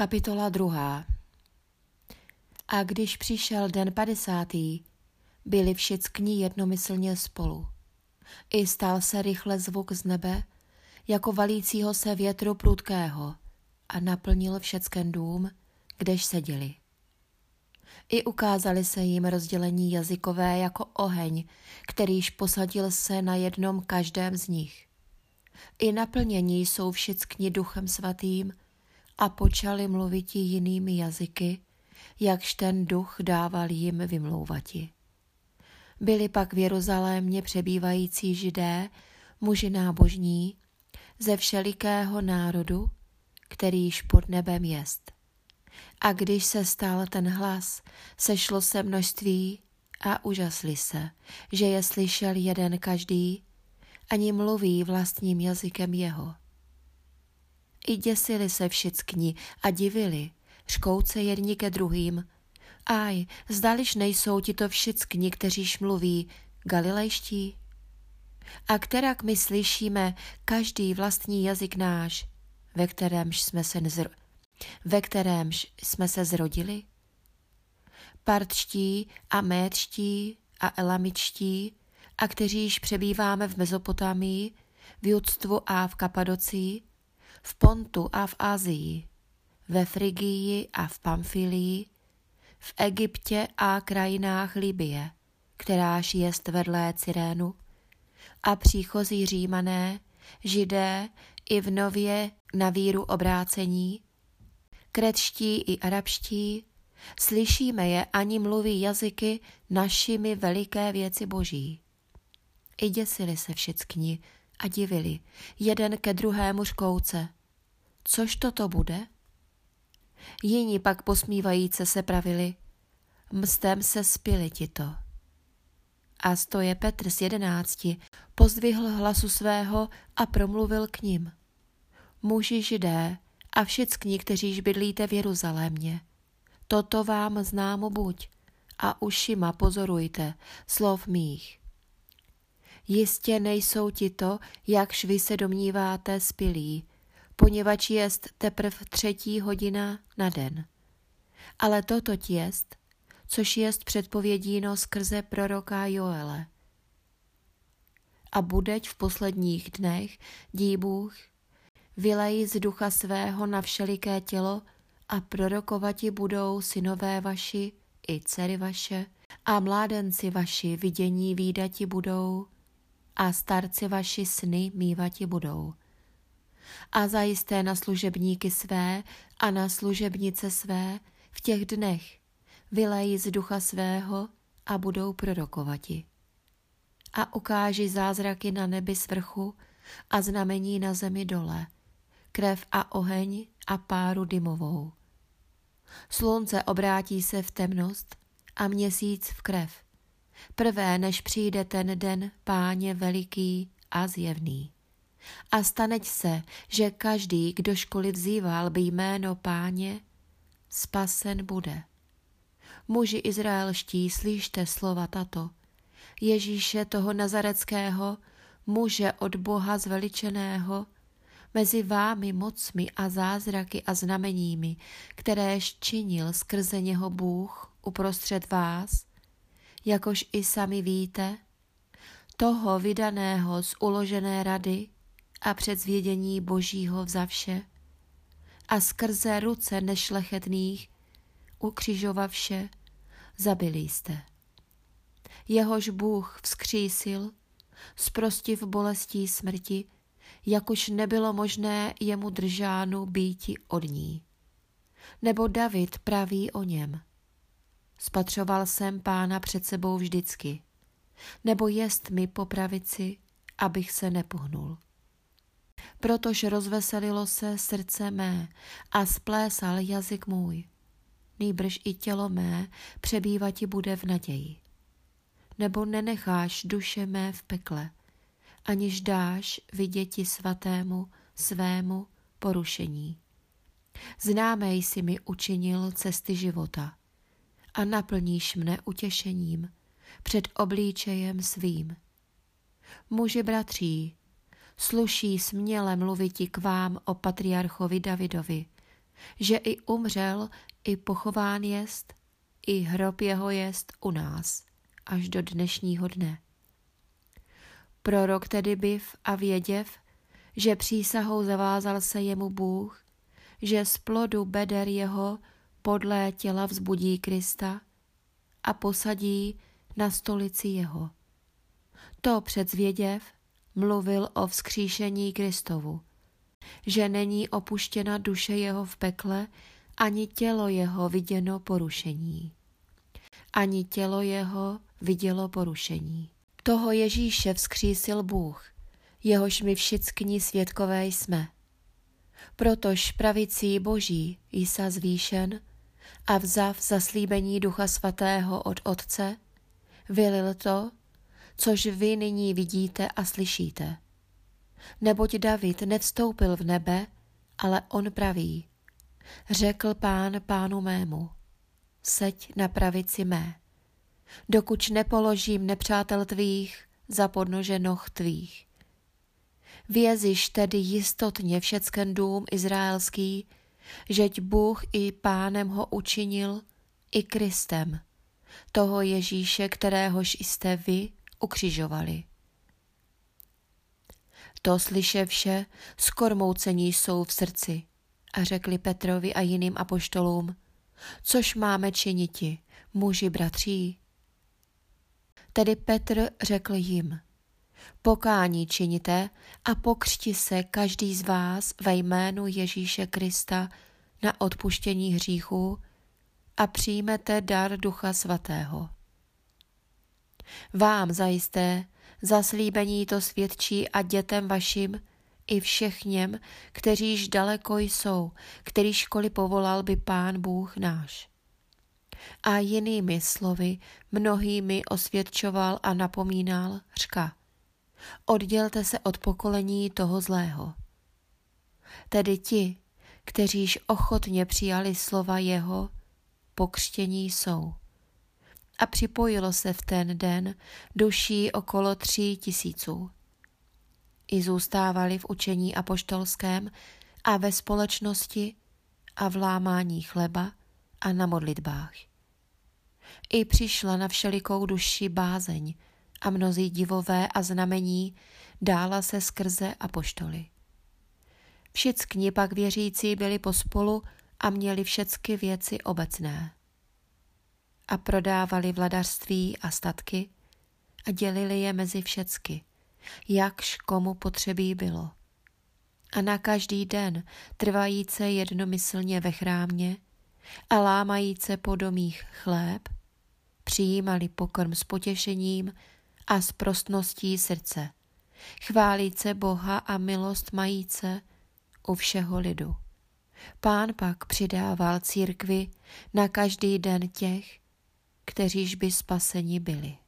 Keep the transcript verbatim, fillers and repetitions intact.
Kapitola druhá. A když přišel den padesátý, byli všichni jednomyslně spolu. I stal se rychle zvuk z nebe, jako valícího se větru prudkého, a naplnil všecken dům, kdež seděli. I ukázali se jim rozdělení jazykové jako oheň, kterýž posadil se na jednom každém z nich. I naplnění jsou všichni duchem svatým a počali mluviti jinými jazyky, jakž ten duch dával jim vymlouvati. Byli pak v Jeruzalémě přebývající Židé, muži nábožní, ze všelikého národu, kterýž pod nebem jest. A když se stal ten hlas, sešlo se množství a úžasli se, že je slyšel jeden každý, ani mluví vlastním jazykem jeho. I děsili se všichni a divili, řkouce jedni ke druhým. Aj, zdališ nejsou tito všichni, kteříž mluví, galilejští? A kterak my slyšíme každý vlastní jazyk náš, ve kterémž jsme se, nezro... ve kterémž jsme se zrodili? Partští a médští a elamičtí, a kteříž přebýváme v Mezopotámii, v Judstvu a v Kapadocii, v Pontu a v Asii, ve Frigii a v Pamfilii, v Egyptě a krajinách Libye, kteráž jest vedlé Cyrénu, a příchozí Římané, Židé i v nově na víru obrácení, kretští i arabští, slyšíme je ani mluví jazyky našimi veliké věci boží. I děsili se všichni a divili, jeden ke druhému řkouce. Což toto bude? Jiní pak posmívajíce se pravili, mstem se spili tito. A stoje Petr z jedenácti pozdvihl hlasu svého a promluvil k nim. Muži Židé a všichni, kteříž bydlíte v Jeruzalémě, toto vám známo buď a ušima pozorujte slov mých. Jistě nejsou tito, jakž vy se domníváte, spilí, poněvadž jest teprv třetí hodina na den. Ale toto jest, což jest předpovědíno skrze proroka Joele. A budeť v posledních dnech, dí Bůh, vylejí z ducha svého na všeliké tělo a prorokovati budou synové vaši i dcery vaše a mládenci vaši vidění vídati budou a starci vaši sny mívati budou. A zajisté na služebníky své a na služebnice své v těch dnech vylejí z ducha svého a budou prorokovati. A ukáži zázraky na nebi svrchu a znamení na zemi dole, krev a oheň a páru dymovou. Slunce obrátí se v temnost a měsíc v krev, prvé než přijde ten den Páně veliký a zjevný. A staneť se, že každý, kdožkoliv vzýval by jméno Páně, spasen bude. Muži izraelští, slyšte slova tato, Ježíše toho nazareckého, muže od Boha zveličeného, mezi vámi mocmi a zázraky a znameními, kteréž činil skrze něho Bůh uprostřed vás, jakož i sami víte, toho vydaného z uložené rady a předzvědění Božího vzavše a skrze ruce nešlechetných ukřižovavše zabili jste. Jehož Bůh vzkřísil, zprostiv bolestí smrti, jakož nebylo možné jemu držánu býti od ní. Nebo David praví o něm. Spatřoval jsem Pána před sebou vždycky, nebo jest mi po pravici, abych se nepohnul. Protož rozveselilo se srdce mé a splésal jazyk můj, nýbrž i tělo mé přebývati bude v naději. Nebo nenecháš duše mé v pekle, aniž dáš viděti svatému svému porušení. Známé jsi mi učinil cesty života a naplníš mne utěšením před oblíčejem svým. Muži bratří, sluší směle mluviti k vám o patriarchovi Davidovi, že i umřel, i pochován jest, i hrob jeho jest u nás, až do dnešního dne. Prorok tedy byv a věděv, že přísahou zavázal se jemu Bůh, že z plodu beder jeho podlé těla vzbudí Krista a posadí na stolici jeho. To předzvěděv mluvil o vzkříšení Kristovu, že není opuštěna duše jeho v pekle, ani tělo jeho viděno porušení. Ani tělo jeho vidělo porušení. Toho Ježíše vzkřísil Bůh, jehož my všichni svědkové jsme. Protož pravicí Boží Isa zvýšen a vzav zaslíbení Ducha Svatého od Otce, vylil to, což vy nyní vidíte a slyšíte. Neboť David nevstoupil v nebe, ale on praví: řekl Pán Pánu mému, seď na pravici mé, dokud nepoložím nepřátel tvých za podnože noh tvých. Věziš tedy jistotně všecken dům izraelský, žeť Bůh i Pánem ho učinil, i Kristem, toho Ježíše, kteréhož jste vy ukřižovali. To slyševše skormoucení jsou v srdci a řekli Petrovi a jiným apoštolům: což máme činiti, muži bratří? Tedy Petr řekl jim: pokání činíte a pokřti se každý z vás ve jménu Ježíše Krista na odpuštění hříchů a přijmete dar Ducha Svatého. Vám zajisté zaslíbení to svědčí a dětem vašim i všechněm, kteříž daleko jsou, který školy povolal by Pán Bůh náš. A jinými slovy mnohými osvědčoval a napomínal, řka: oddělte se od pokolení toho zlého. Tedy ti, kteříž ochotně přijali slova jeho, pokřtění jsou. A připojilo se v ten den duší okolo tří tisíců. I zůstávali v učení apoštolském a ve společnosti a v lámání chleba a na modlitbách. I přišla na všelikou duši bázeň a mnozí divové a znamení dála se skrze apoštoly. Všichni pak věřící byli pospolu a měli všecky věci obecné. A prodávali vladařství a statky a dělili je mezi všecky, jakž komu potřebí bylo. A na každý den trvajíce jednomyslně ve chrámě a lámajíce po domích chléb, přijímali pokrm s potěšením a s prostností srdce, chválíce Boha a milost majíce u všeho lidu. Pán pak přidával církvi na každý den těch, kteříž by spaseni byli.